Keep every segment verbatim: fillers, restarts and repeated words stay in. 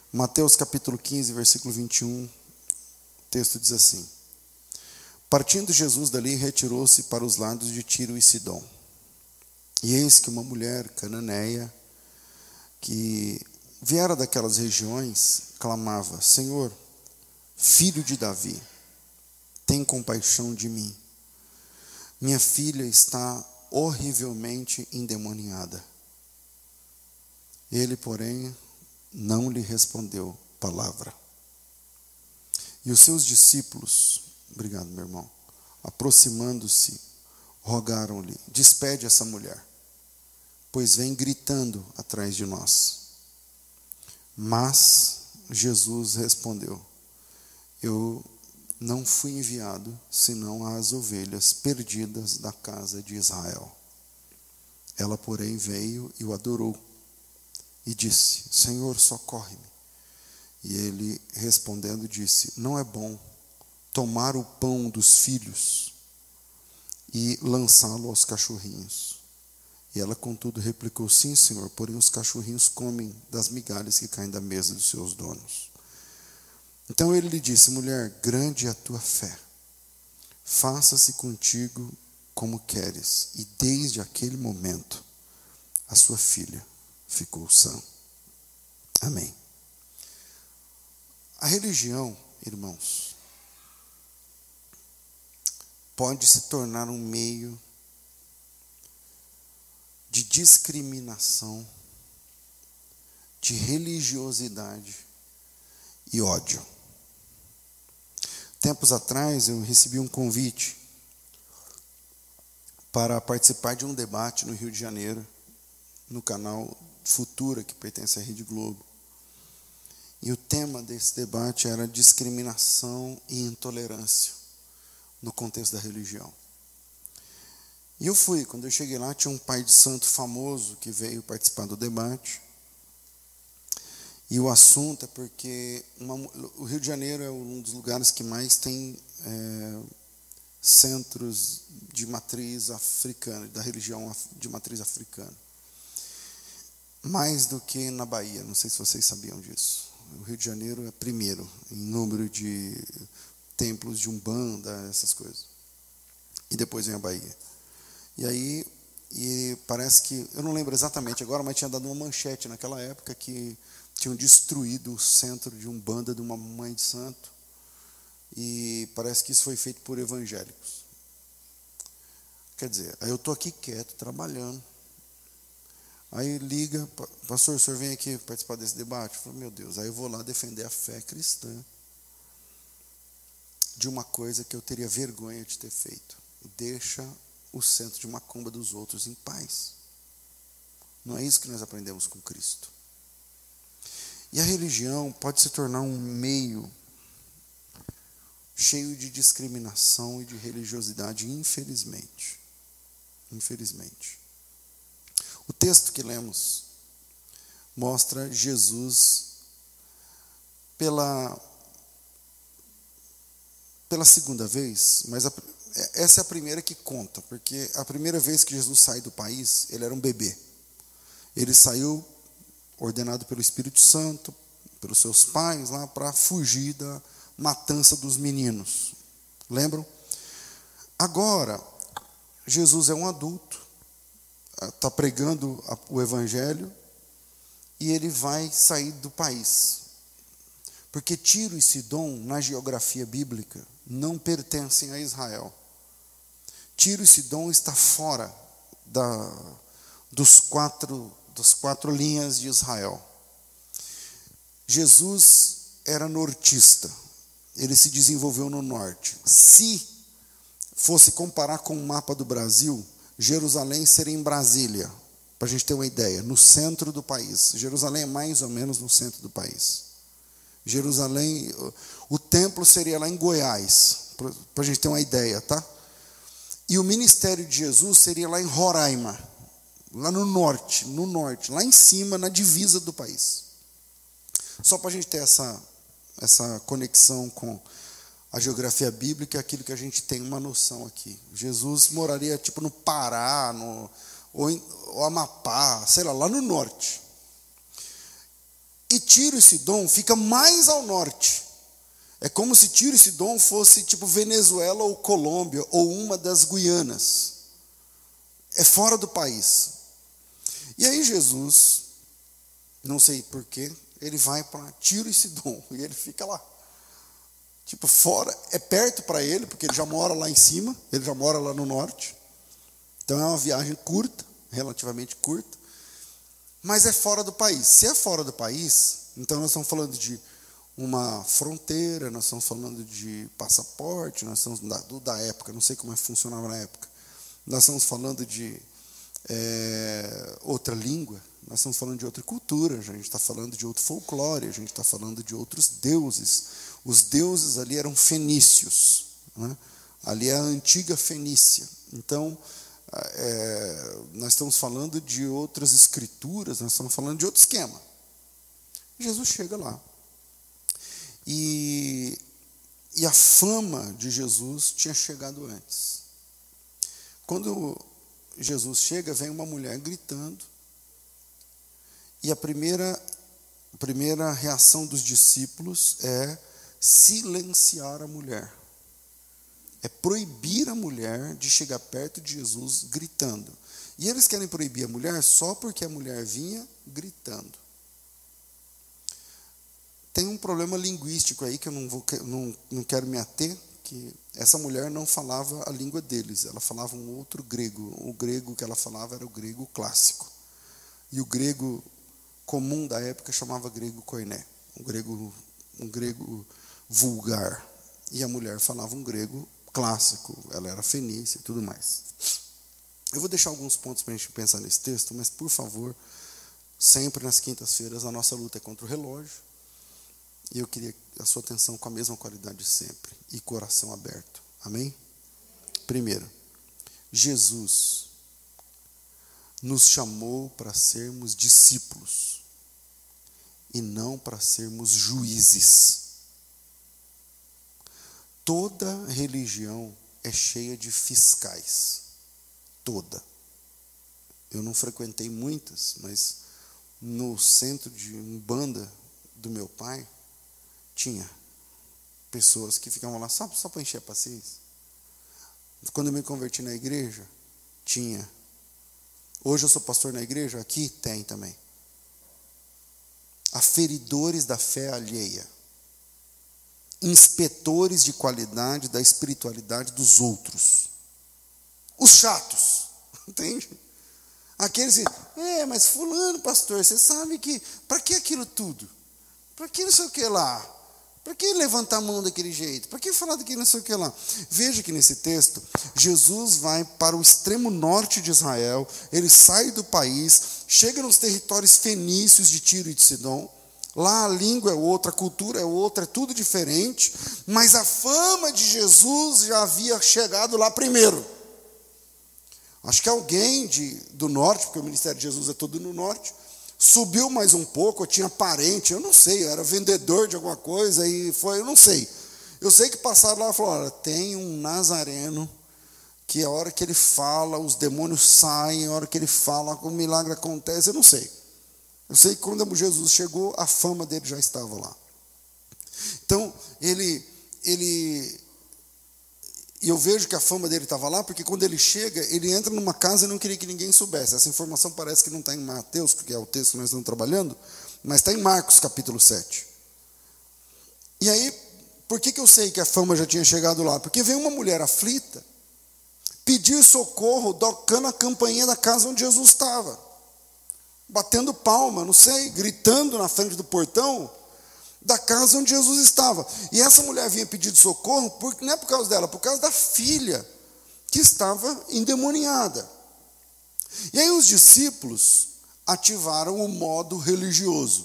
Mateus capítulo quinze, versículo vinte e um, o texto diz assim: partindo Jesus dali, retirou-se para os lados de Tiro e Sidom. E eis que uma mulher cananeia, que viera daquelas regiões, clamava: Senhor, filho de Davi, tem compaixão de mim. Minha filha está horrivelmente endemoniada. Ele, porém, não lhe respondeu palavra. E os seus discípulos, obrigado, meu irmão, aproximando-se, rogaram-lhe: despede essa mulher, pois vem gritando atrás de nós. Mas Jesus respondeu: eu não fui enviado senão às ovelhas perdidas da casa de Israel. Ela, porém, veio e o adorou e disse: Senhor, socorre-me. E ele, respondendo, disse: não é bom tomar o pão dos filhos e lançá-lo aos cachorrinhos. E ela, contudo, replicou: sim, Senhor, porém os cachorrinhos comem das migalhas que caem da mesa dos seus donos. Então ele lhe disse: mulher, grande é a tua fé, faça-se contigo como queres. E desde aquele momento a sua filha ficou sã. Amém. A religião, irmãos, pode se tornar um meio de discriminação, de religiosidade e ódio. Tempos atrás eu recebi um convite para participar de um debate no Rio de Janeiro, no canal Futura, que pertence à Rede Globo. E o tema desse debate era discriminação e intolerância no contexto da religião. E eu fui. Quando eu cheguei lá, tinha um pai de santo famoso que veio participar do debate. E o assunto é porque uma, o Rio de Janeiro é um dos lugares que mais tem é, centros de matriz africana, da religião de matriz africana. Mais do que na Bahia, não sei se vocês sabiam disso. O Rio de Janeiro é primeiro em número de templos de Umbanda, essas coisas. E depois vem a Bahia. E aí, e parece que, eu não lembro exatamente agora, mas tinha dado uma manchete naquela época que tinham destruído o centro de Umbanda de uma mãe de santo, e parece que isso foi feito por evangélicos. Quer dizer, aí eu estou aqui quieto, trabalhando, aí liga: pastor, o senhor vem aqui participar desse debate? Eu falo: meu Deus, aí eu vou lá defender a fé cristã de uma coisa que eu teria vergonha de ter feito. Deixa o centro de macumba dos outros em paz. Não é isso que nós aprendemos com Cristo. E a religião pode se tornar um meio cheio de discriminação e de religiosidade, infelizmente. Infelizmente. O texto que lemos mostra Jesus pela, pela segunda vez, mas a, essa é a primeira que conta, porque a primeira vez que Jesus sai do país, ele era um bebê. Ele saiu ordenado pelo Espírito Santo, pelos seus pais, lá para fugir da matança dos meninos. Lembram? Agora, Jesus é um adulto, está pregando o Evangelho, e ele vai sair do país. Porque Tiro e Sidom, na geografia bíblica, não pertencem a Israel. Tiro e Sidom está fora da, dos quatro das quatro linhas de Israel. Jesus era nortista, ele se desenvolveu no norte. Se fosse comparar com o mapa do Brasil, Jerusalém seria em Brasília, para a gente ter uma ideia, no centro do país. Jerusalém é mais ou menos no centro do país. Jerusalém, o templo seria lá em Goiás, para a gente ter uma ideia, tá? E o ministério de Jesus seria lá em Roraima, lá no norte, no norte, lá em cima, na divisa do país. Só para a gente ter essa, essa conexão com a geografia bíblica, aquilo que a gente tem uma noção aqui. Jesus moraria tipo no Pará, no, ou, em, ou Amapá, sei lá, lá no norte. E Tiro e Sidom fica mais ao norte. É como se Tiro e Sidom fosse tipo Venezuela ou Colômbia, ou uma das Guianas. É fora do país. E aí Jesus, não sei porquê, ele vai para Tiro e Sidom, e ele fica lá. Tipo, fora, é perto para ele, porque ele já mora lá em cima, ele já mora lá no norte. Então é uma viagem curta, relativamente curta, mas é fora do país. Se é fora do país, então nós estamos falando de uma fronteira, nós estamos falando de passaporte, nós estamos da, da época, não sei como é que funcionava na época, nós estamos falando de é, outra língua, nós estamos falando de outra cultura, a gente está falando de outro folclore, a gente está falando de outros deuses. Os deuses ali eram fenícios, né? Ali é a antiga Fenícia. Então, é, nós estamos falando de outras escrituras, nós estamos falando de outro esquema. Jesus chega lá. E, e a fama de Jesus tinha chegado antes. Quando Jesus chega, vem uma mulher gritando, e a primeira, a primeira reação dos discípulos é silenciar a mulher. É proibir a mulher de chegar perto de Jesus gritando. E eles querem proibir a mulher só porque a mulher vinha gritando. Tem um problema linguístico aí que eu não, vou, não, não quero me ater, que essa mulher não falava a língua deles, ela falava um outro grego. O grego que ela falava era o grego clássico. E o grego comum da época chamava grego koiné, um grego, um grego vulgar. E a mulher falava um grego clássico, ela era fenícia e tudo mais. Eu vou deixar alguns pontos para a gente pensar nesse texto, mas, por favor, sempre nas quintas-feiras a nossa luta é contra o relógio. E eu queria a sua atenção com a mesma qualidade de sempre e coração aberto. Amém? Primeiro, Jesus nos chamou para sermos discípulos e não para sermos juízes. Toda religião é cheia de fiscais. Toda. Eu não frequentei muitas, mas no centro de Umbanda do meu pai, tinha pessoas que ficavam lá só, só para encher a paciência. Quando eu me converti na igreja, tinha. Hoje eu sou pastor na igreja, aqui tem também. Aferidores da fé alheia. Inspetores de qualidade da espiritualidade dos outros. Os chatos, entende? Aqueles que, é, mas fulano, pastor, você sabe que, para que aquilo tudo? Para que não sei o que lá? Para que levantar a mão daquele jeito? Para que falar daquele não sei o que lá? Veja que nesse texto, Jesus vai para o extremo norte de Israel, ele sai do país, chega nos territórios fenícios de Tiro e de Sidom. Lá a língua é outra, a cultura é outra, é tudo diferente, mas a fama de Jesus já havia chegado lá primeiro. Acho que alguém de, do norte, porque o ministério de Jesus é todo no norte, subiu mais um pouco, eu tinha parente, eu não sei, eu era vendedor de alguma coisa, e foi, eu não sei. Eu sei que passaram lá e falaram, olha, tem um nazareno, que a hora que ele fala, os demônios saem, a hora que ele fala, o milagre acontece, eu não sei. Eu sei que quando Jesus chegou, a fama dele já estava lá. Então, ele, ele, e eu vejo que a fama dele estava lá, porque quando ele chega, ele entra numa casa e não queria que ninguém soubesse. Essa informação parece que não está em Mateus, porque é o texto que nós estamos trabalhando, mas está em Marcos, capítulo sete. E aí, por que, que eu sei que a fama já tinha chegado lá? Porque veio uma mulher aflita, pedir socorro, tocando a campainha da casa onde Jesus estava. Batendo palma, não sei, gritando na frente do portão da casa onde Jesus estava. E essa mulher vinha pedir socorro, por, não é por causa dela, por causa da filha, que estava endemoniada. E aí os discípulos ativaram o modo religioso.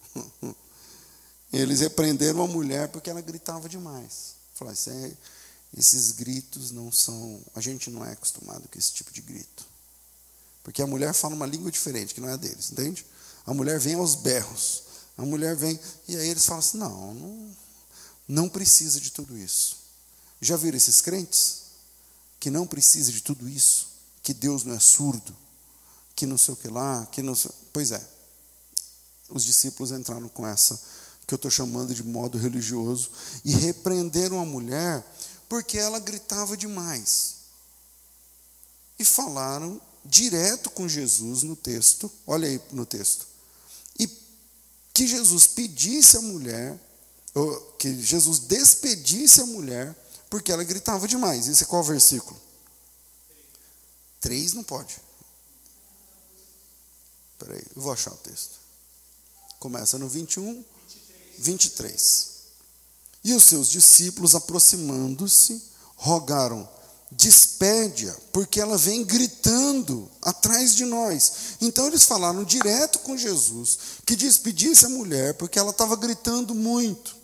Eles repreenderam a mulher porque ela gritava demais. Falaram, esses gritos não são... A gente não é acostumado com esse tipo de grito. Porque a mulher fala uma língua diferente, que não é a deles, entende? A mulher vem aos berros. A mulher vem, e aí eles falam assim, não, não, não precisa de tudo isso. Já viram esses crentes? Que não precisa de tudo isso, que Deus não é surdo, que não sei o que lá, que não sei... Pois é, os discípulos entraram com essa, que eu estou chamando de modo religioso, e repreenderam a mulher, porque ela gritava demais. E falaram direto com Jesus no texto, olha aí no texto, e que Jesus pedisse a mulher, ou que Jesus despedisse a mulher, porque ela gritava demais. Esse é qual versículo? Três não pode. Espera aí, eu vou achar o texto. Começa no vinte e um, vinte e três. E os seus discípulos, aproximando-se, rogaram: despede-a, porque ela vem gritando atrás de nós. Então eles falaram direto com Jesus, que despedisse a mulher, porque ela estava gritando muito.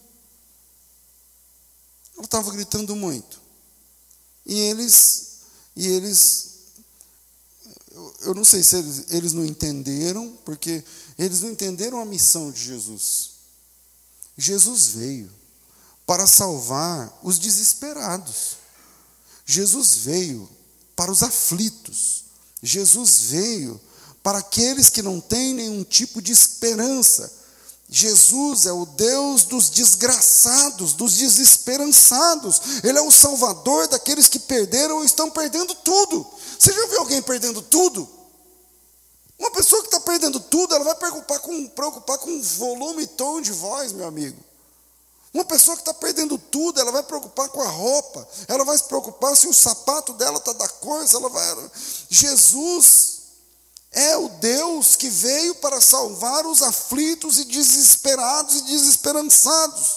Ela estava gritando muito. E eles, e eles, eu, eu não sei se eles, eles não entenderam, porque eles não entenderam a missão de Jesus. Jesus veio para salvar os desesperados. Jesus veio para os aflitos. Jesus veio para aqueles que não têm nenhum tipo de esperança. Jesus é o Deus dos desgraçados, dos desesperançados. Ele é o Salvador daqueles que perderam ou estão perdendo tudo. Você já viu alguém perdendo tudo? Uma pessoa que está perdendo tudo, ela vai preocupar com, preocupar com volume e tom de voz, meu amigo. Uma pessoa que está perdendo tudo, ela vai preocupar com a roupa, ela vai se preocupar se o sapato dela está da cor, se ela vai... Jesus é o Deus que veio para salvar os aflitos e desesperados e desesperançados.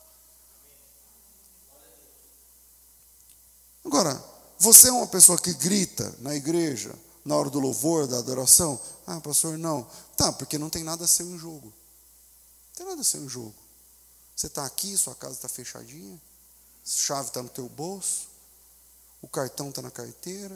Agora, você é uma pessoa que grita na igreja, na hora do louvor, da adoração? Ah, pastor, não. Tá, porque não tem nada a ser um jogo. Não tem nada a ser um jogo. Você está aqui, sua casa está fechadinha, a chave está no teu bolso, o cartão está na carteira,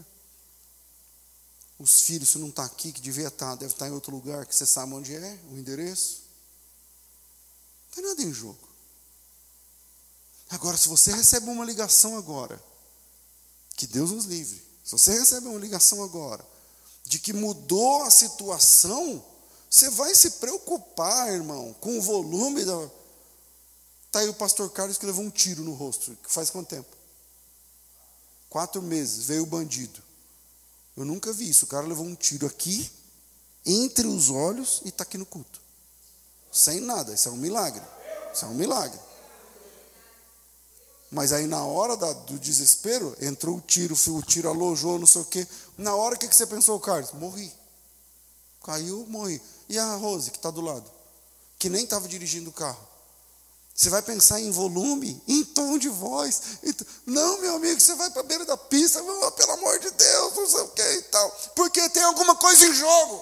os filhos, se não está aqui, que devia estar, deve estar em outro lugar, que você sabe onde é, o endereço. Não tem nada em jogo. Agora, se você recebe uma ligação agora, que Deus nos livre, se você recebe uma ligação agora, de que mudou a situação, você vai se preocupar, irmão, com o volume da... Está aí o pastor Carlos que levou um tiro no rosto. Faz quanto tempo? Quatro meses, veio o bandido. Eu nunca vi isso. O cara levou um tiro aqui, entre os olhos, e está aqui no culto. Sem nada. Isso é um milagre. Isso é um milagre. Mas aí na hora da, do desespero, entrou o tiro, o tiro alojou, não sei o quê. Na hora, o que, que você pensou, Carlos? Morri. Caiu, morri. E a Rose, que está do lado? Que nem estava dirigindo o carro. Você vai pensar em volume, em tom de voz. Não, meu amigo, você vai para a beira da pista, oh, pelo amor de Deus, não sei o que e tal. Porque tem alguma coisa em jogo.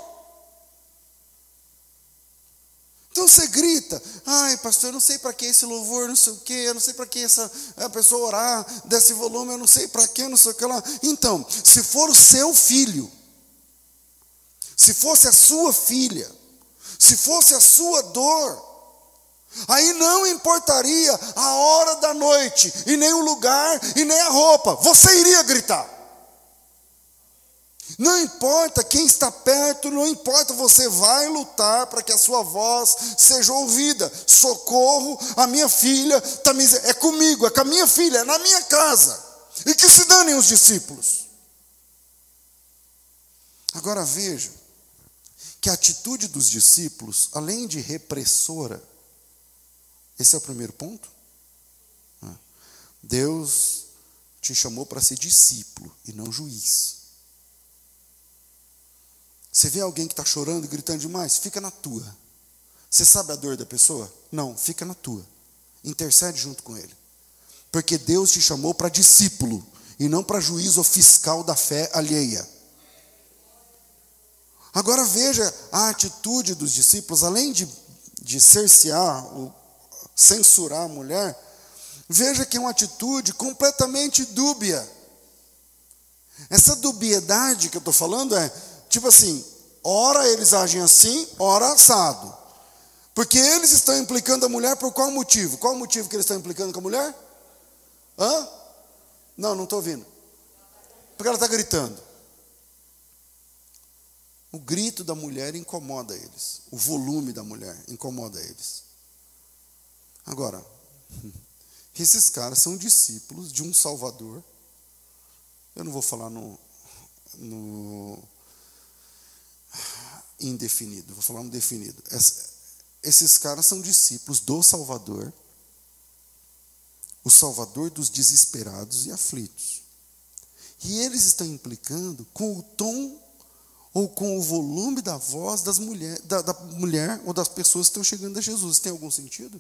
Então você grita: ai, pastor, eu não sei para que esse louvor, não sei o que, eu não sei para que essa a pessoa orar desse volume, eu não sei para que, não sei o que lá. Então, se for o seu filho, se fosse a sua filha, se fosse a sua dor, aí não importaria a hora da noite, e nem o lugar, e nem a roupa, você iria gritar. Não importa quem está perto, não importa, você vai lutar para que a sua voz seja ouvida. Socorro, a minha filha tá, é comigo, é com a minha filha, é na minha casa. E que se danem os discípulos. Agora veja que a atitude dos discípulos, além de repressora, esse é o primeiro ponto. Deus te chamou para ser discípulo e não juiz. Você vê alguém que está chorando e gritando demais? Fica na tua. Você sabe a dor da pessoa? Não, fica na tua. Intercede junto com ele. Porque Deus te chamou para discípulo e não para juiz ou fiscal da fé alheia. Agora veja a atitude dos discípulos, além de, de cercear o censurar a mulher, veja que é uma atitude completamente dúbia. Essa dubiedade que eu estou falando é, tipo assim, ora eles agem assim, ora assado. Porque eles estão implicando a mulher por qual motivo? Qual o motivo que eles estão implicando com a mulher? Hã? Não, não estou ouvindo. Porque ela está gritando. O grito da mulher incomoda eles. O volume da mulher incomoda eles. Agora, esses caras são discípulos de um Salvador. Eu não vou falar no, no indefinido, vou falar no definido. Esses caras são discípulos do Salvador, o Salvador dos desesperados e aflitos. E eles estão implicando com o tom ou com o volume da voz das mulher, da, da mulher ou das pessoas que estão chegando a Jesus. Tem algum sentido?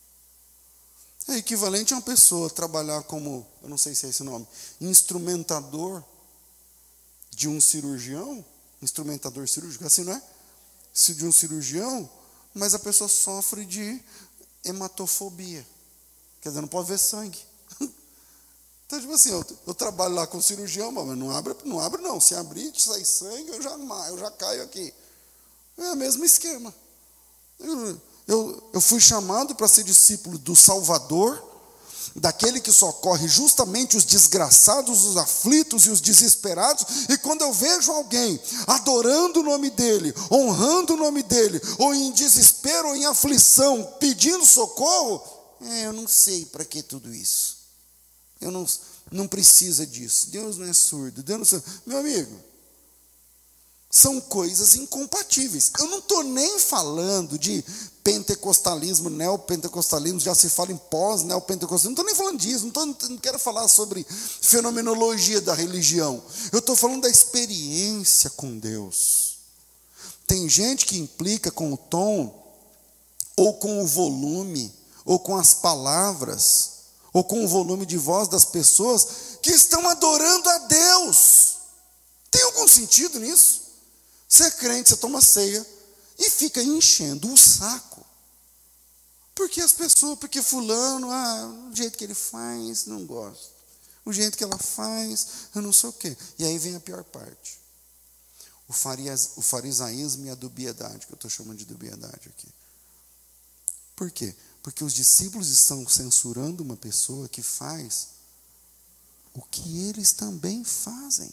É equivalente a uma pessoa trabalhar como, eu não sei se é esse o nome, instrumentador de um cirurgião, instrumentador cirúrgico, assim, não é? De um cirurgião, mas a pessoa sofre de hematofobia. Quer dizer, não pode ver sangue. Então, tipo assim, eu, eu trabalho lá com o cirurgião, mas não abre, não abre não. Se abrir, sai sangue, eu já, eu já caio aqui. É o mesmo esquema. Eu, eu, eu fui chamado para ser discípulo do Salvador, daquele que socorre justamente os desgraçados, os aflitos e os desesperados. E quando eu vejo alguém adorando o nome dele, honrando o nome dele, ou em desespero ou em aflição, pedindo socorro, é, eu não sei para que tudo isso. Eu não, não precisa disso. Deus não é surdo. Deus não é... Meu amigo, são coisas incompatíveis. Eu não estou nem falando de pentecostalismo, neopentecostalismo, já se fala em pós-neopentecostalismo. Não estou nem falando disso, não, tô, não quero falar sobre fenomenologia da religião. Eu estou falando da experiência com Deus. Tem gente que implica com o tom, ou com o volume, ou com as palavras, ou com o volume de voz das pessoas que estão adorando a Deus. Tem algum sentido nisso? Você é crente, você toma ceia e fica enchendo o saco. Porque as pessoas, porque fulano, ah, o jeito que ele faz, não gosto. O jeito que ela faz, eu não sei o quê. E aí vem a pior parte. O, farias, o farisaísmo e a dubiedade, que eu estou chamando de dubiedade aqui. Por quê? Porque os discípulos estão censurando uma pessoa que faz o que eles também fazem.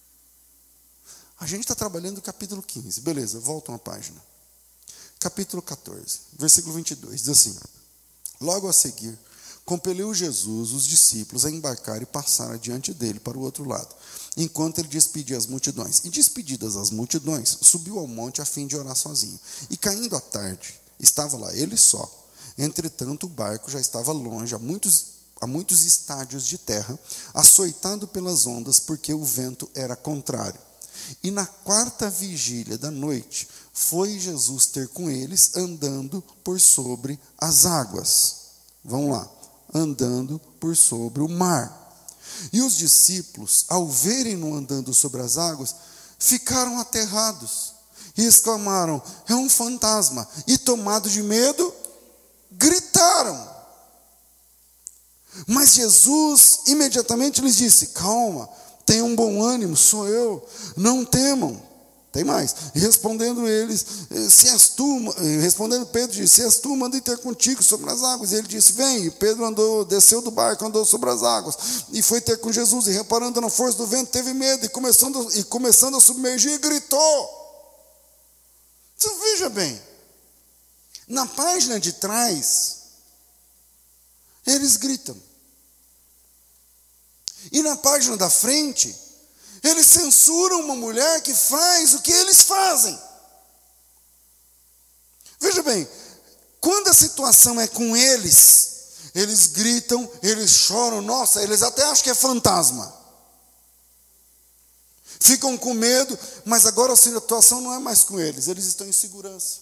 A gente está trabalhando no capítulo quinze. Beleza, volta uma página. Capítulo catorze, versículo vinte e dois. Diz assim: logo a seguir, compeliu Jesus os discípulos a embarcar e passar adiante dele para o outro lado, enquanto ele despedia as multidões. E despedidas as multidões, subiu ao monte a fim de orar sozinho. E caindo a tarde, estava lá ele só. Entretanto, o barco já estava longe, a muitos, a muitos estádios de terra, açoitado pelas ondas, porque o vento era contrário. E na quarta vigília da noite, foi Jesus ter com eles, andando por sobre as águas. Vamos lá, andando por sobre o mar. E os discípulos, ao verem-no andando sobre as águas, ficaram aterrados e exclamaram: é um fantasma. E tomados de medo, gritaram. Mas Jesus imediatamente lhes disse: calma, tenham um bom ânimo, sou eu, não temam. Tem mais. E respondendo eles, se és tu, respondendo Pedro, disse: se és tu, manda ter contigo sobre as águas. E ele disse: vem. E Pedro andou, desceu do barco, andou sobre as águas, e foi ter com Jesus, e reparando na força do vento, teve medo, e começando, e começando a submergir, gritou. Então, veja bem, na página de trás, eles gritam. E na página da frente, eles censuram uma mulher que faz o que eles fazem. Veja bem, quando a situação é com eles, eles gritam, eles choram, nossa, eles até acham que é fantasma. Ficam com medo, mas agora a situação não é mais com eles, eles estão em segurança.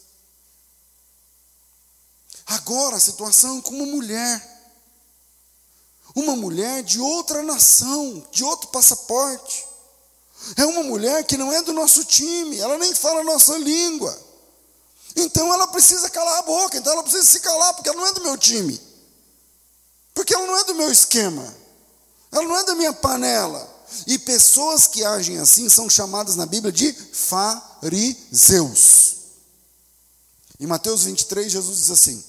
Agora a situação é com uma mulher. Uma mulher de outra nação, de outro passaporte. É uma mulher que não é do nosso time, ela nem fala a nossa língua. Então ela precisa calar a boca, então ela precisa se calar, porque ela não é do meu time. Porque ela não é do meu esquema. Ela não é da minha panela. E pessoas que agem assim são chamadas na Bíblia de fariseus. Em Mateus vinte e três, Jesus diz assim,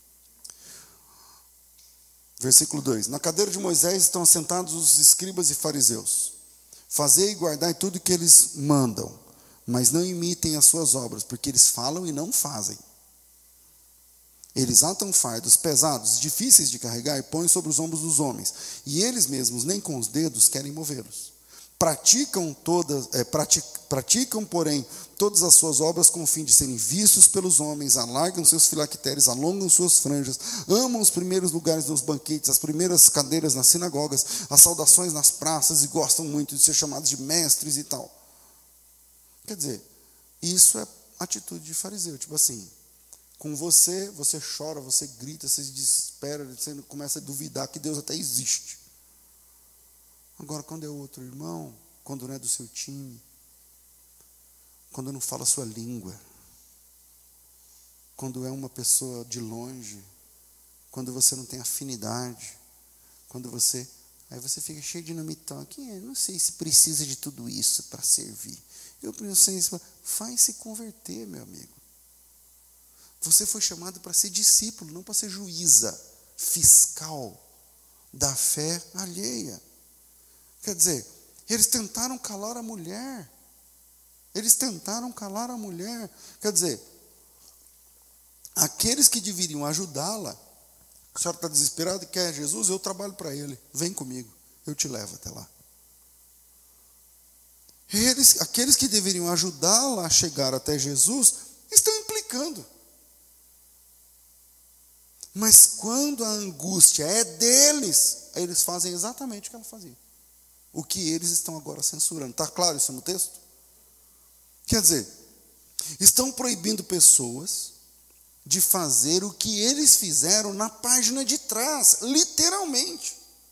versículo dois: na cadeira de Moisés estão assentados os escribas e fariseus. Fazei e guardai tudo que eles mandam. mas não imitem as suas obras, porque eles falam e não fazem. Eles atam fardos pesados, difíceis de carregar, e põem sobre os ombros dos homens, e eles mesmos nem com os dedos querem movê-los. Praticam todas, é, pratic, praticam, porém, todas as suas obras com o fim de serem vistos pelos homens, alargam seus filactérios, alongam suas franjas, amam os primeiros lugares nos banquetes, as primeiras cadeiras nas sinagogas, as saudações nas praças, e gostam muito de ser chamados de mestres e tal. Quer dizer, isso é atitude de fariseu, tipo assim, com você, você chora, você grita, você se desespera, você começa a duvidar que Deus até existe. Agora, quando é outro irmão, quando não é do seu time, quando não fala a sua língua, quando é uma pessoa de longe, quando você não tem afinidade, quando você... Aí você fica cheio de dinamitoque. Não sei se precisa de tudo isso para servir. Eu pensei isso, faz se converter, meu amigo. Você foi chamado para ser discípulo, não para ser juíza, fiscal da fé alheia. Quer dizer, eles tentaram calar a mulher. Eles tentaram calar a mulher. Quer dizer, aqueles que deveriam ajudá-la, a senhora está desesperada e quer Jesus, eu trabalho para ele. Vem comigo, eu te levo até lá. Eles, aqueles que deveriam ajudá-la a chegar até Jesus, estão implicando. Mas quando a angústia é deles, eles fazem exatamente o que ela fazia. O que eles estão agora censurando. Está claro isso no texto? Quer dizer, estão proibindo pessoas de fazer o que eles fizeram na página de trás, literalmente.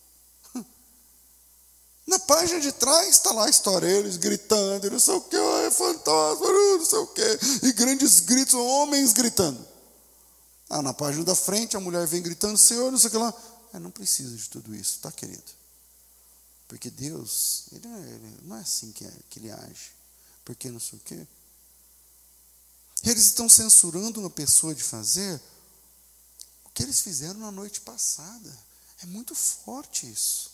Na página de trás está lá a história, eles gritando, não sei o que, é fantasma, não sei o que, e grandes gritos, homens gritando. Ah, na página da frente a mulher vem gritando, Senhor, não sei o que lá. É, não precisa de tudo isso, tá, querido? Porque Deus, ele, é, ele não é assim que, é, que ele age. Porque não sei o quê. Eles estão censurando uma pessoa de fazer o que eles fizeram na noite passada. É muito forte isso.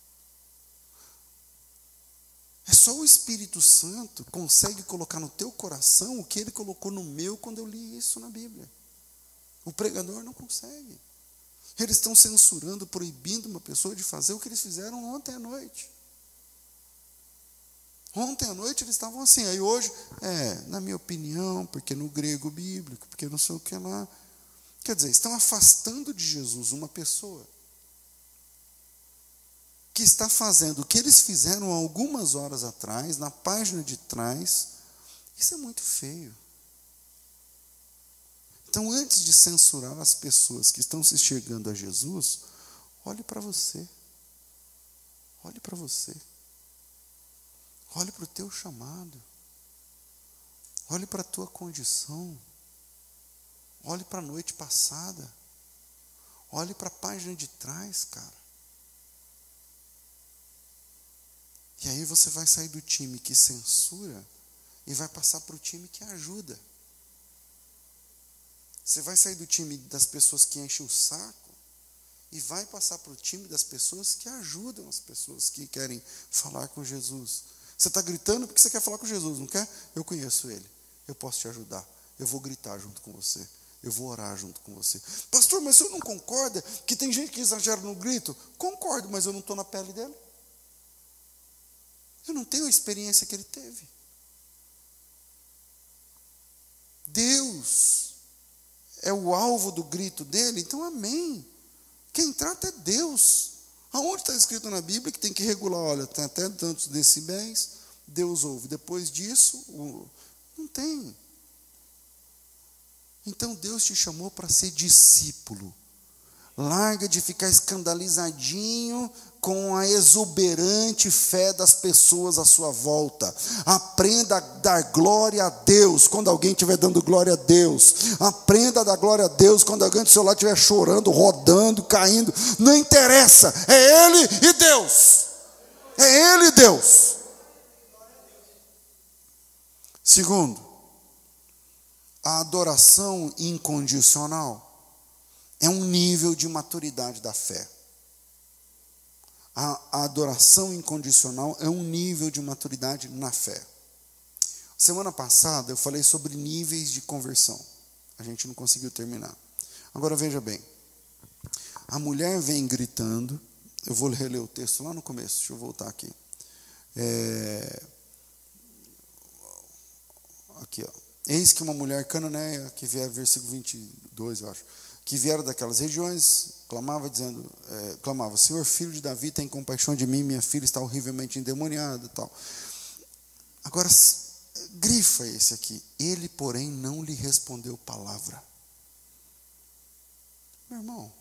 É só o Espírito Santo consegue colocar no teu coração o que ele colocou no meu quando eu li isso na Bíblia. O pregador não consegue. Eles estão censurando, proibindo uma pessoa de fazer o que eles fizeram ontem à noite. Ontem à noite eles estavam assim, aí hoje, é, na minha opinião, porque no grego bíblico, porque não sei o que lá. Quer dizer, estão afastando de Jesus uma pessoa que está fazendo o que eles fizeram algumas horas atrás, na página de trás. Isso é muito feio. Então, antes de censurar as pessoas que estão se chegando a Jesus, olhe para você. Olhe para você. Olhe para o teu chamado. Olhe para a tua condição. Olhe para a noite passada. Olhe para a página de trás, cara. E aí você vai sair do time que censura e vai passar para o time que ajuda. Você vai sair do time das pessoas que enchem o saco e vai passar para o time das pessoas que ajudam as pessoas que querem falar com Jesus. Você está gritando porque você quer falar com Jesus, não quer? Eu conheço ele, eu posso te ajudar, eu vou gritar junto com você, eu vou orar junto com você. Pastor, mas o senhor não concorda que tem gente que exagera no grito? Concordo, mas eu não estou na pele dele. Eu não tenho a experiência que ele teve. Deus é o alvo do grito dele, então amém. Quem trata é Deus. Aonde está escrito na Bíblia que tem que regular? Olha, tem até tantos decibéis, Deus ouve. Depois disso, não tem. Então Deus te chamou para ser discípulo. Larga de ficar escandalizadinho com a exuberante fé das pessoas à sua volta. Aprenda a dar glória a Deus quando alguém estiver dando glória a Deus. Aprenda a dar glória a Deus quando alguém do seu lado estiver chorando, rodando, caindo. Não interessa, é Ele e Deus. É Ele e Deus. Segundo, a adoração incondicional é um nível de maturidade da fé. A, a adoração incondicional é um nível de maturidade na fé. Semana passada eu falei sobre níveis de conversão. A gente não conseguiu terminar. Agora veja bem. A mulher vem gritando. Eu vou reler o texto lá no começo. Deixa eu voltar aqui. É, aqui, ó. Eis que uma mulher cananeia, que vier, versículo vinte e dois, eu acho, que vieram daquelas regiões, clamava, dizendo, é, clamava, Senhor, filho de Davi, tem compaixão de mim, minha filha está horrivelmente endemoniada, tal. Agora, grifa esse aqui. Ele, porém, não lhe respondeu palavra. Meu irmão,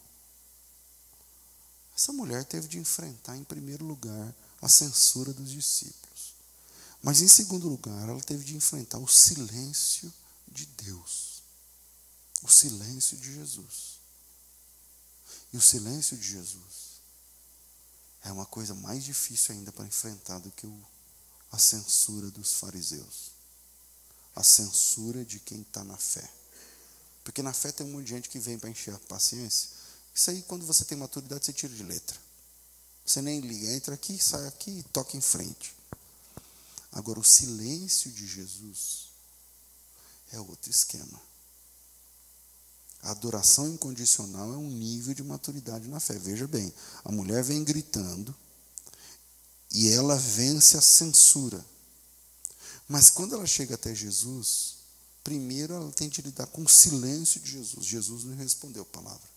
essa mulher teve de enfrentar, em primeiro lugar, a censura dos discípulos. Mas, em segundo lugar, ela teve de enfrentar o silêncio de Deus. O silêncio de Jesus. E o silêncio de Jesus é uma coisa mais difícil ainda para enfrentar do que o, a censura dos fariseus. A censura de quem está na fé. Porque na fé tem um monte de gente que vem para encher a paciência. Isso aí, quando você tem maturidade, você tira de letra. Você nem liga, entra aqui, sai aqui e toca em frente. Agora, o silêncio de Jesus é outro esquema. A adoração incondicional é um nível de maturidade na fé. Veja bem, a mulher vem gritando e ela vence a censura. Mas quando ela chega até Jesus, primeiro ela tem de lidar com o silêncio de Jesus. Jesus não respondeu a palavra.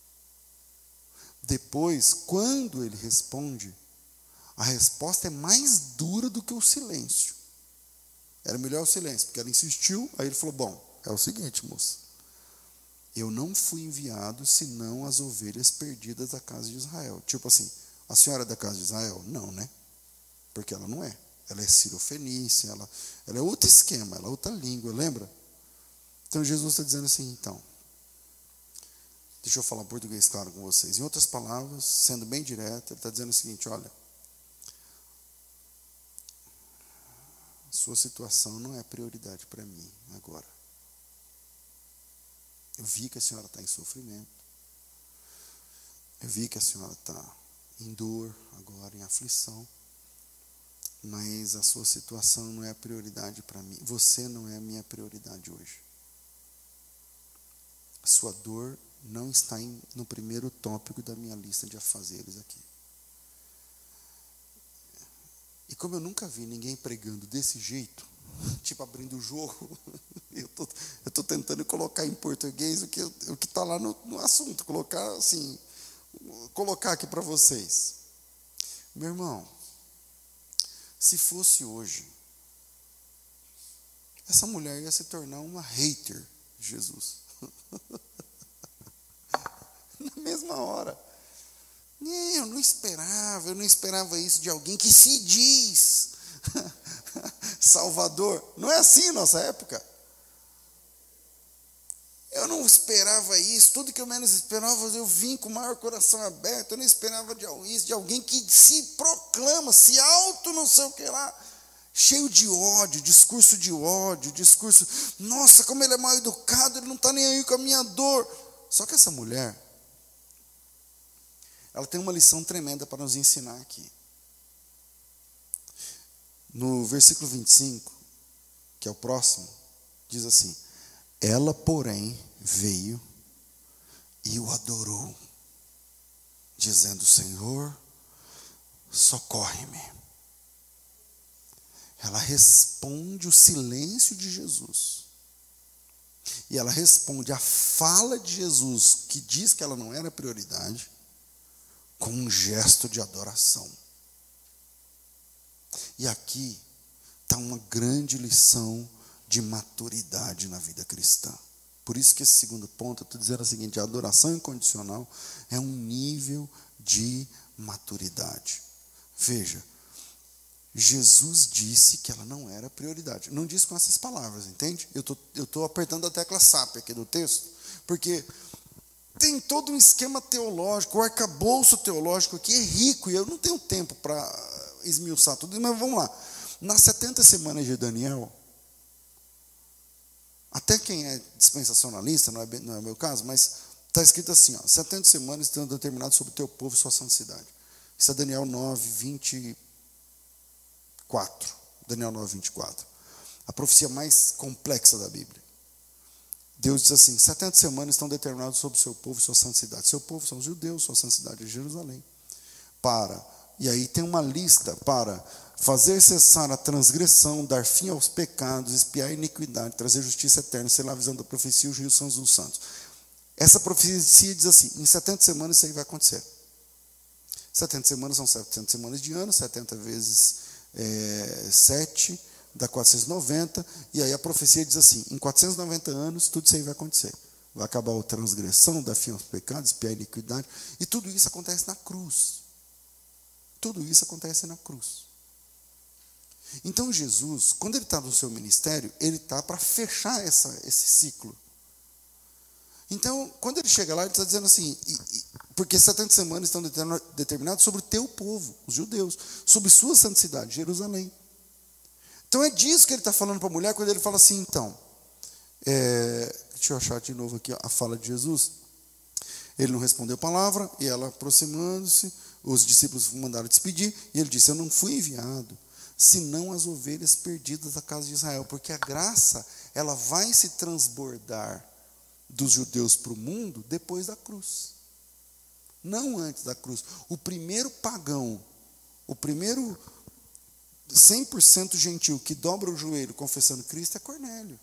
Depois, quando ele responde, a resposta é mais dura do que o silêncio. Era melhor o silêncio, porque ela insistiu, aí ele falou, bom, é o seguinte, moça, eu não fui enviado senão as ovelhas perdidas da casa de Israel. Tipo assim, a senhora é da casa de Israel? Não, né? Porque ela não é. Ela é cirofenícia, ela, ela é outro esquema, ela é outra língua, lembra? Então Jesus está dizendo assim, então, deixa eu falar português claro com vocês. Em outras palavras, sendo bem direto, ele está dizendo o seguinte, olha, sua situação não é prioridade para mim agora. Eu vi que a senhora está em sofrimento. Eu vi que a senhora está em dor agora, em aflição. Mas a sua situação não é a prioridade para mim. Você não é a minha prioridade hoje. A sua dor não está em, no primeiro tópico da minha lista de afazeres aqui. E como eu nunca vi ninguém pregando desse jeito, tipo abrindo o jogo, eu tô, eu tô tentando colocar em português o que o que está lá no, no assunto, colocar assim, colocar aqui para vocês. Meu irmão, se fosse hoje, essa mulher ia se tornar uma hater de Jesus. Na mesma hora. Eu não esperava, eu não esperava isso de alguém que se diz Salvador. Não é assim na nossa época. Eu não esperava isso, tudo que eu menos esperava, eu vim com o maior coração aberto, eu não esperava de isso, de alguém que se proclama, se auto não sei o que lá, cheio de ódio, discurso de ódio, discurso, nossa, como ele é mal educado, ele não está nem aí com a minha dor. Só que essa mulher, ela tem uma lição tremenda para nos ensinar aqui. No versículo vinte e cinco, que é o próximo, diz assim, ela, porém, veio e o adorou, dizendo, Senhor, socorre-me. Ela responde o silêncio de Jesus. E ela responde a fala de Jesus, que diz que ela não era prioridade, com um gesto de adoração. E aqui está uma grande lição de maturidade na vida cristã. Por isso que esse segundo ponto, eu estou dizendo o seguinte, a adoração incondicional é um nível de maturidade. Veja, Jesus disse que ela não era prioridade. Não disse com essas palavras, entende? Eu tô, eu estou apertando a tecla S A P aqui do texto, porque tem todo um esquema teológico, o arcabouço teológico aqui é rico, e eu não tenho tempo para esmiuçar tudo, mas vamos lá. Nas setenta semanas de Daniel, até quem é dispensacionalista, não é, não é o meu caso, mas está escrito assim, ó, setenta semanas estão determinadas sobre o teu povo e sua santidade. Isso é Daniel nove, vinte e quatro. Daniel nove, vinte e quatro. A profecia mais complexa da Bíblia. Deus diz assim: setenta semanas estão determinadas sobre o seu povo e sua santidade. Seu povo são os judeus, sua santidade é Jerusalém. Para, e aí tem uma lista para fazer cessar a transgressão, dar fim aos pecados, expiar a iniquidade, trazer justiça eterna, selar a visão da profecia, os rios são os santos. Essa profecia diz assim: em setenta semanas isso aí vai acontecer. setenta semanas são setenta semanas de ano, setenta vezes é, sete, dá quatrocentos e noventa, e aí a profecia diz assim: em quatrocentos e noventa anos, tudo isso aí vai acontecer. Vai acabar a transgressão, dar fim aos pecados, expiar a iniquidade, e tudo isso acontece na cruz. Tudo isso acontece na cruz. Então Jesus, quando ele está no seu ministério, ele está para fechar essa, esse ciclo. Então, quando ele chega lá, ele está dizendo assim, e, e, porque setenta semanas estão determinadas sobre o teu povo, os judeus, sobre sua santidade, Jerusalém. Então é disso que ele está falando para a mulher, quando ele fala assim, então, é, deixa eu achar de novo aqui a fala de Jesus. Ele não respondeu palavra, e ela aproximando-se, os discípulos mandaram despedir, e ele disse: eu não fui enviado, senão as ovelhas perdidas da casa de Israel, porque a graça, ela vai se transbordar dos judeus para o mundo depois da cruz, não antes da cruz. O primeiro pagão, o primeiro cem por cento gentil que dobra o joelho confessando Cristo é Cornélio.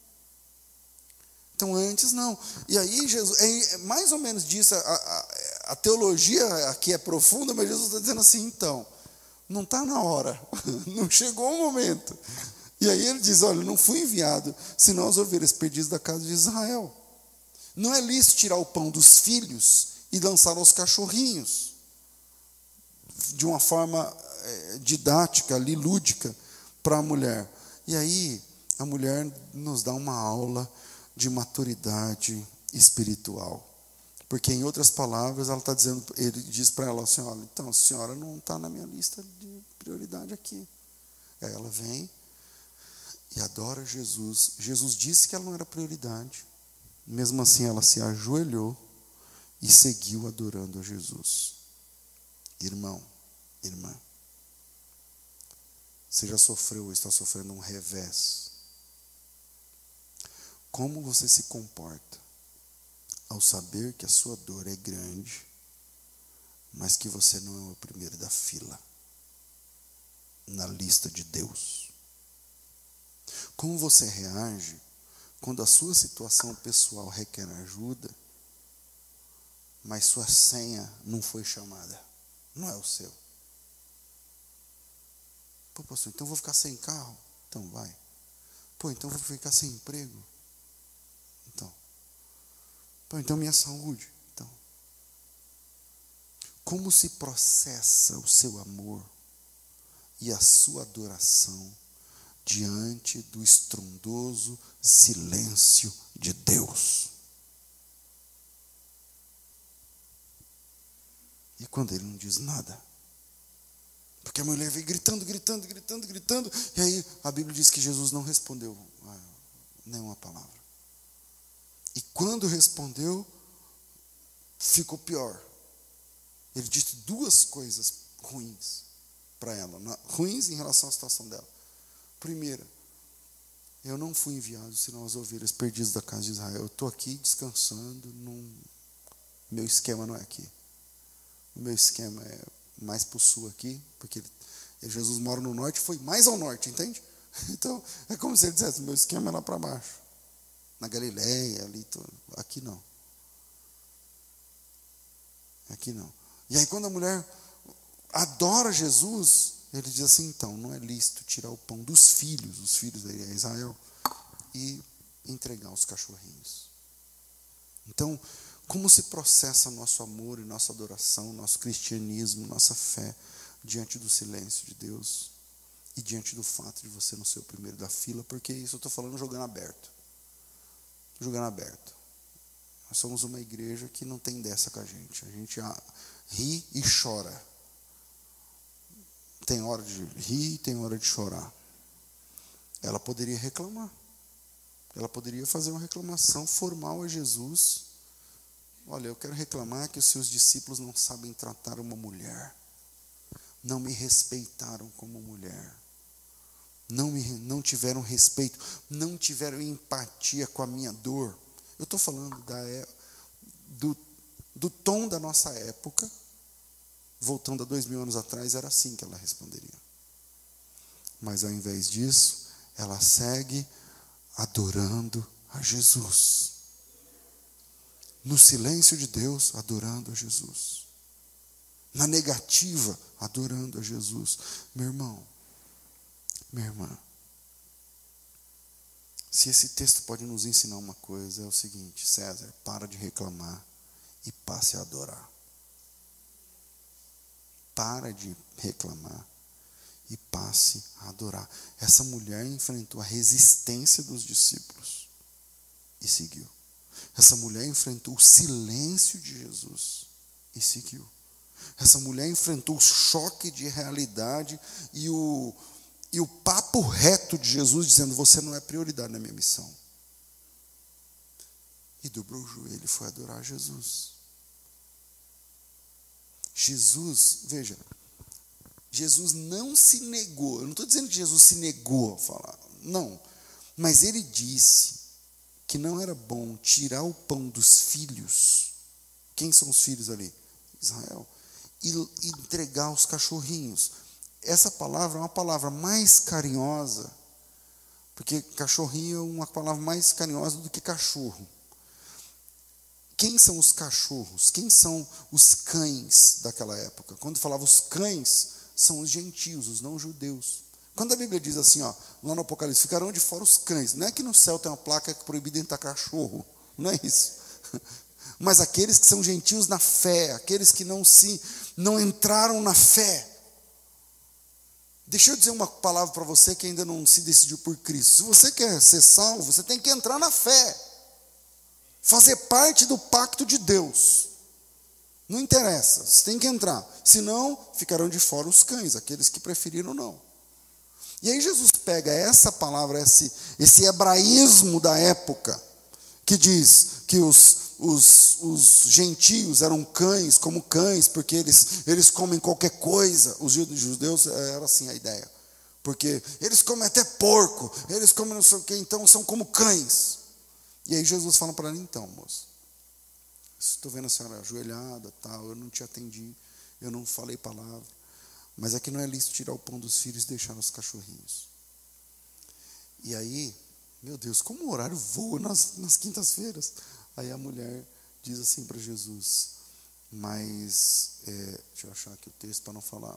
Então antes não. E aí Jesus, é mais ou menos disso, a, a, a teologia aqui é profunda, mas Jesus está dizendo assim, então, não está na hora, não chegou o momento. E aí ele diz, olha, não fui enviado, senão as ovelhas perdidas da casa de Israel. Não é lícito tirar o pão dos filhos e lançar aos cachorrinhos, de uma forma é, didática, ali, lúdica, para a mulher. E aí a mulher nos dá uma aula de maturidade espiritual. Porque, em outras palavras, ela está dizendo, ele diz para ela assim, olha, então, a senhora não está na minha lista de prioridade aqui. Aí ela vem e adora Jesus. Jesus disse que ela não era prioridade. Mesmo assim, ela se ajoelhou e seguiu adorando a Jesus. Irmão, irmã, você já sofreu ou está sofrendo um revés? Como você se comporta ao saber que a sua dor é grande, mas que você não é o primeiro da fila na lista de Deus? Como você reage quando a sua situação pessoal requer ajuda, mas sua senha não foi chamada, não é o seu? Pô, pastor, então eu vou ficar sem carro? Então vai. Pô, então eu vou ficar sem emprego? Então. Pô, então minha saúde? Então. Como se processa o seu amor e a sua adoração diante do estrondoso silêncio de Deus? E quando ele não diz nada? Porque a mulher veio gritando, gritando, gritando, gritando, e aí a Bíblia diz que Jesus não respondeu nenhuma palavra. E quando respondeu, ficou pior. Ele disse duas coisas ruins para ela, ruins em relação à situação dela. Primeira, eu não fui enviado senão as ovelhas perdidas da casa de Israel. Eu estou aqui descansando, num... meu esquema não é aqui. O meu esquema é mais para o sul aqui, porque Jesus mora no norte, foi mais ao norte, entende? Então, é como se ele dissesse, meu esquema é lá para baixo. Na Galileia, ali, aqui não. Aqui não. E aí quando a mulher adora Jesus, ele diz assim, então, não é lícito tirar o pão dos filhos, os filhos de Israel, e entregar aos cachorrinhos. Então, como se processa nosso amor e nossa adoração, nosso cristianismo, nossa fé, diante do silêncio de Deus e diante do fato de você não ser o primeiro da fila, porque isso eu estou falando jogando aberto. Jogando aberto. Nós somos uma igreja que não tem dessa com a gente. A gente ri e chora. Tem hora de rir, tem hora de chorar. Ela poderia reclamar. Ela poderia fazer uma reclamação formal a Jesus. Olha, eu quero reclamar que os seus discípulos não sabem tratar uma mulher. Não me respeitaram como mulher. não, me, não tiveram respeito, não tiveram empatia com a minha dor. Eu estou falando da, do, do tom da nossa época, voltando a dois mil anos atrás, era assim que ela responderia. Mas ao invés disso, ela segue adorando a Jesus. No silêncio de Deus, adorando a Jesus. Na negativa, adorando a Jesus. Meu irmão, minha irmã, se esse texto pode nos ensinar uma coisa, é o seguinte: César, para de reclamar e passe a adorar. Para de reclamar e passe a adorar. Essa mulher enfrentou a resistência dos discípulos e seguiu. Essa mulher enfrentou o silêncio de Jesus e seguiu. Essa mulher enfrentou o choque de realidade e o, e o papo reto de Jesus, dizendo: você não é prioridade na minha missão. E dobrou o joelho e foi adorar Jesus. Jesus, veja, Jesus não se negou. Eu não estou dizendo que Jesus se negou a falar, não. Mas ele disse que não era bom tirar o pão dos filhos. Quem são os filhos ali? Israel. E, e entregar aos cachorrinhos. Essa palavra é uma palavra mais carinhosa, porque cachorrinho é uma palavra mais carinhosa do que cachorro. Quem são os cachorros? Quem são os cães daquela época? Quando falava os cães, são os gentios, os não-judeus. Quando a Bíblia diz assim, ó, lá no Apocalipse, ficarão de fora os cães. Não é que no céu tem uma placa que é proibido entrar cachorro. Não é isso. Mas aqueles que são gentios na fé, aqueles que não, se, não entraram na fé. Deixa eu dizer uma palavra para você que ainda não se decidiu por Cristo. Se você quer ser salvo, você tem que entrar na fé. Fazer parte do pacto de Deus. Não interessa, você tem que entrar. Senão, ficarão de fora os cães, aqueles que preferiram não. E aí Jesus pega essa palavra, esse, esse hebraísmo da época, que diz que os, os, os gentios eram cães, como cães, porque eles, eles comem qualquer coisa. Os judeus, era assim a ideia. Porque eles comem até porco, eles comem não sei o quê, então são como cães. E aí Jesus fala para ela: então, moça, estou vendo a senhora ajoelhada, tal, eu não te atendi, eu não falei palavra, mas aqui não é lícito tirar o pão dos filhos e deixar nos cachorrinhos. E aí, meu Deus, como o horário voa nas, nas quintas-feiras. Aí a mulher diz assim para Jesus, mas, é, deixa eu achar aqui o texto para não falar.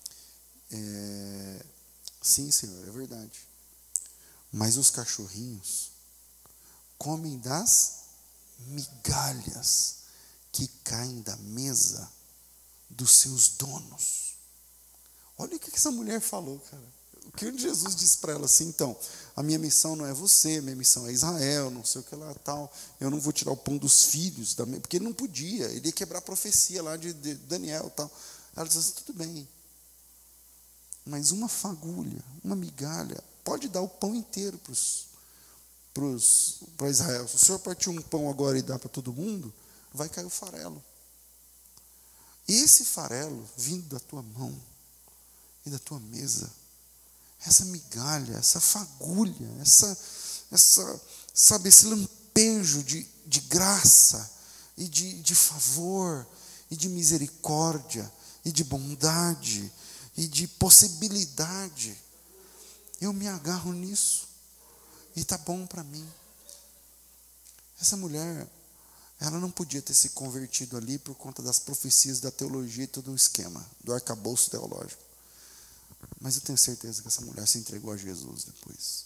É, sim, Senhor, é verdade. Mas os cachorrinhos comem das migalhas que caem da mesa dos seus donos. Olha o que essa mulher falou, cara. O que Jesus disse para ela assim: então, a minha missão não é você, minha missão é Israel, não sei o que lá, tal. Eu não vou tirar o pão dos filhos, da minha, porque ele não podia, ele ia quebrar a profecia lá de, de Daniel, tal. Ela disse assim: tudo bem, mas uma fagulha, uma migalha, pode dar o pão inteiro para os para Israel. Se o senhor partir um pão agora e dá para todo mundo, vai cair o farelo. Esse farelo vindo da tua mão e da tua mesa, essa migalha, essa fagulha, essa, essa, sabe, esse lampejo de, de graça e de, de favor e de misericórdia e de bondade e de possibilidade, eu me agarro nisso. E está bom para mim. Essa mulher, ela não podia ter se convertido ali por conta das profecias da teologia e todo o esquema, do arcabouço teológico. Mas eu tenho certeza que essa mulher se entregou a Jesus depois.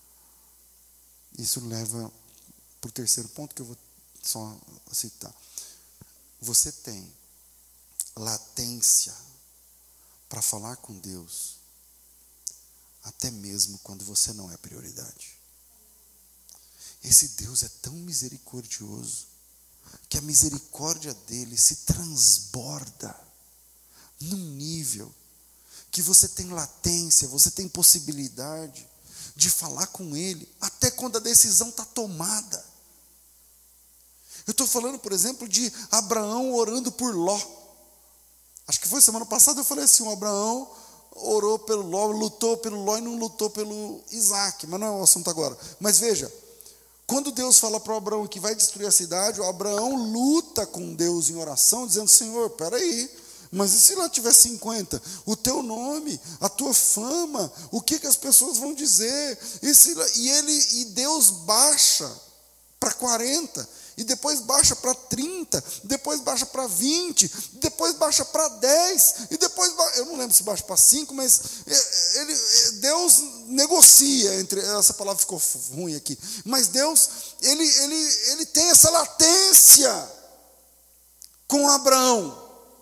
Isso leva para o terceiro ponto que eu vou só citar. Você tem latência para falar com Deus, até mesmo quando você não é prioridade. Esse Deus é tão misericordioso que a misericórdia dele se transborda num nível que você tem latência, você tem possibilidade de falar com ele até quando a decisão está tomada. Eu estou falando, por exemplo, de Abraão orando por Ló. Acho que foi semana passada eu falei assim: o Abraão orou pelo Ló, lutou pelo Ló e não lutou pelo Isaac, mas não é o assunto agora. Mas veja, quando Deus fala para Abraão que vai destruir a cidade, o Abraão luta com Deus em oração, dizendo: Senhor, peraí, mas e se lá tiver cinquenta? O teu nome, a tua fama, o que, que as pessoas vão dizer? E, se, e, ele, e Deus baixa para quarenta, e depois baixa para trinta, depois baixa para vinte, depois baixa para dez, e depois, eu não lembro se baixa para cinco, mas ele, Deus negocia, entre, essa palavra ficou ruim aqui, mas Deus, ele, ele, ele tem essa latência com Abraão.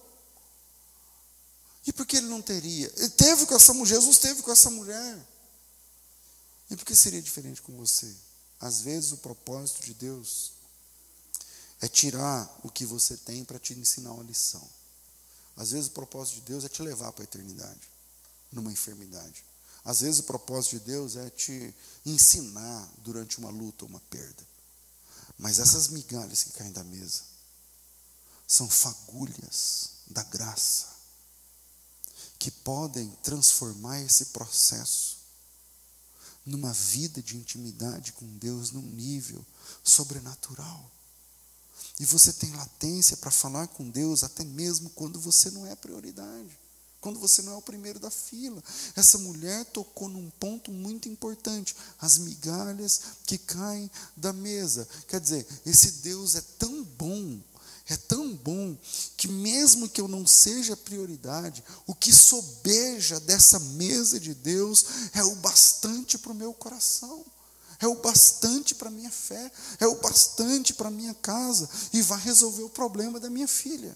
E por que ele não teria? Ele teve com essa mulher, Jesus teve com essa mulher. E por que seria diferente com você? Às vezes o propósito de Deus é tirar o que você tem para te ensinar uma lição. Às vezes o propósito de Deus é te levar para a eternidade, numa enfermidade. Às vezes o propósito de Deus é te ensinar durante uma luta ou uma perda. Mas essas migalhas que caem da mesa são fagulhas da graça, que podem transformar esse processo numa vida de intimidade com Deus num nível sobrenatural. E você tem latência para falar com Deus até mesmo quando você não é prioridade, quando você não é o primeiro da fila. Essa mulher tocou num ponto muito importante: as migalhas que caem da mesa. Quer dizer, esse Deus é tão bom, é tão bom, que mesmo que eu não seja prioridade, o que sobeja dessa mesa de Deus é o bastante para o meu coração, é o bastante para a minha fé, é o bastante para a minha casa, e vai resolver o problema da minha filha.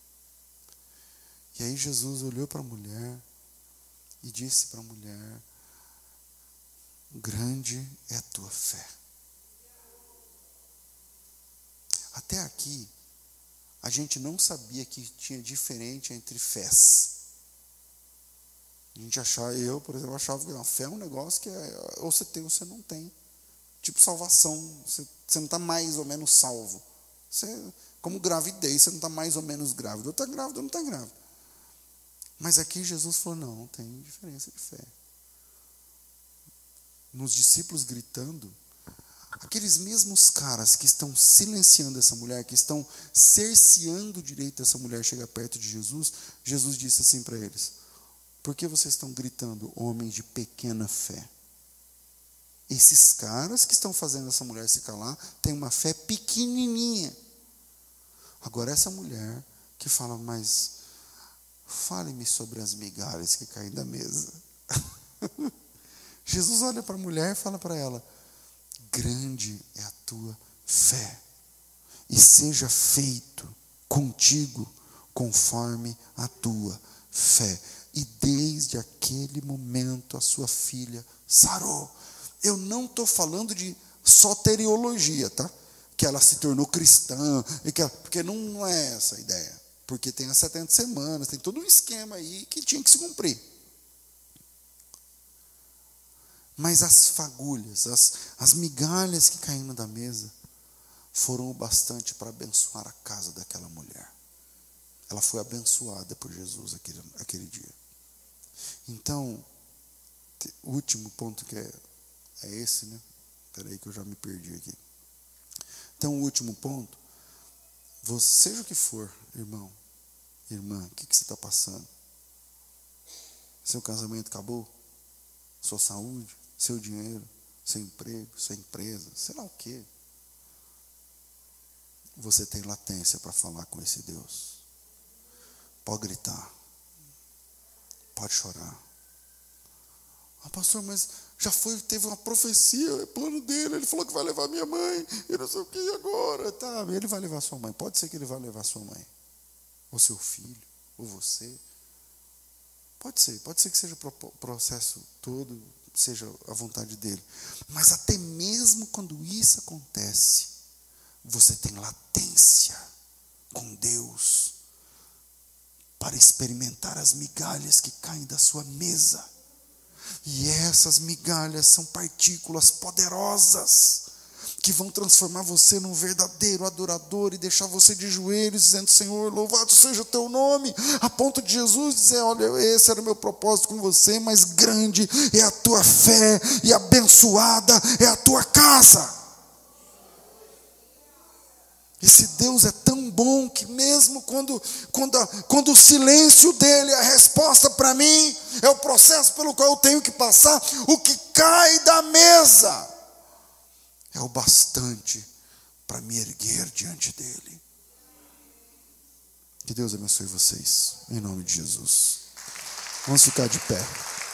E aí Jesus olhou para a mulher e disse para a mulher: grande é a tua fé. Até aqui, a gente não sabia que tinha diferente entre fés. A gente achava, eu, por exemplo, achava que a fé é um negócio que é, ou você tem ou você não tem. Tipo salvação, você, você não está mais ou menos salvo. Você, como gravidez, você não está mais ou menos grávido. Ou está grávido ou não está grávido. Mas aqui Jesus falou: não, não tem diferença de fé. Nos discípulos gritando, aqueles mesmos caras que estão silenciando essa mulher, que estão cerceando o direito dessa mulher chegar perto de Jesus, Jesus disse assim para eles: por que vocês estão gritando, homens de pequena fé? Esses caras que estão fazendo essa mulher se calar têm uma fé pequenininha. Agora essa mulher que fala: mas fale-me sobre as migalhas que caem da mesa. Jesus olha para a mulher e fala para ela: grande é a tua fé, e seja feito contigo conforme a tua fé. E desde aquele momento a sua filha sarou. Eu não estou falando de soteriologia, tá? Que ela se tornou cristã, e que ela, porque não é essa a ideia. Porque tem as setenta semanas, tem todo um esquema aí que tinha que se cumprir. Mas as fagulhas, as, as migalhas que caíram da mesa, foram o bastante para abençoar a casa daquela mulher. Ela foi abençoada por Jesus aquele, aquele dia. Então, o último ponto que é, é esse, né? Espera aí que eu já me perdi aqui. Então, o último ponto: você, seja o que for, irmão, irmã, o que, que você está passando? Seu casamento acabou? Sua saúde? Seu dinheiro? Seu emprego? Sua empresa? Sei lá o quê. Você tem latência para falar com esse Deus. Pode gritar. Pode chorar. Ah, pastor, mas já foi, teve uma profecia, é plano dele, ele falou que vai levar minha mãe, e não sei o que agora. Tá, ele vai levar sua mãe. Pode ser que ele vai levar sua mãe. Ou seu filho, ou você. Pode ser, pode ser que seja o processo todo, seja a vontade dele. Mas até mesmo quando isso acontece, você tem latência com Deus para experimentar as migalhas que caem da sua mesa. E essas migalhas são partículas poderosas que vão transformar você num verdadeiro adorador e deixar você de joelhos, dizendo: Senhor, louvado seja o teu nome, a ponto de Jesus dizer: olha, esse era o meu propósito com você, mas grande é a tua fé e abençoada é a tua casa. Esse Deus é tão bom que mesmo quando, quando, a, quando o silêncio dele é a resposta para mim, é o processo pelo qual eu tenho que passar, o que cai da mesa é o bastante para me erguer diante dele. Que Deus abençoe vocês, em nome de Jesus. Vamos ficar de pé.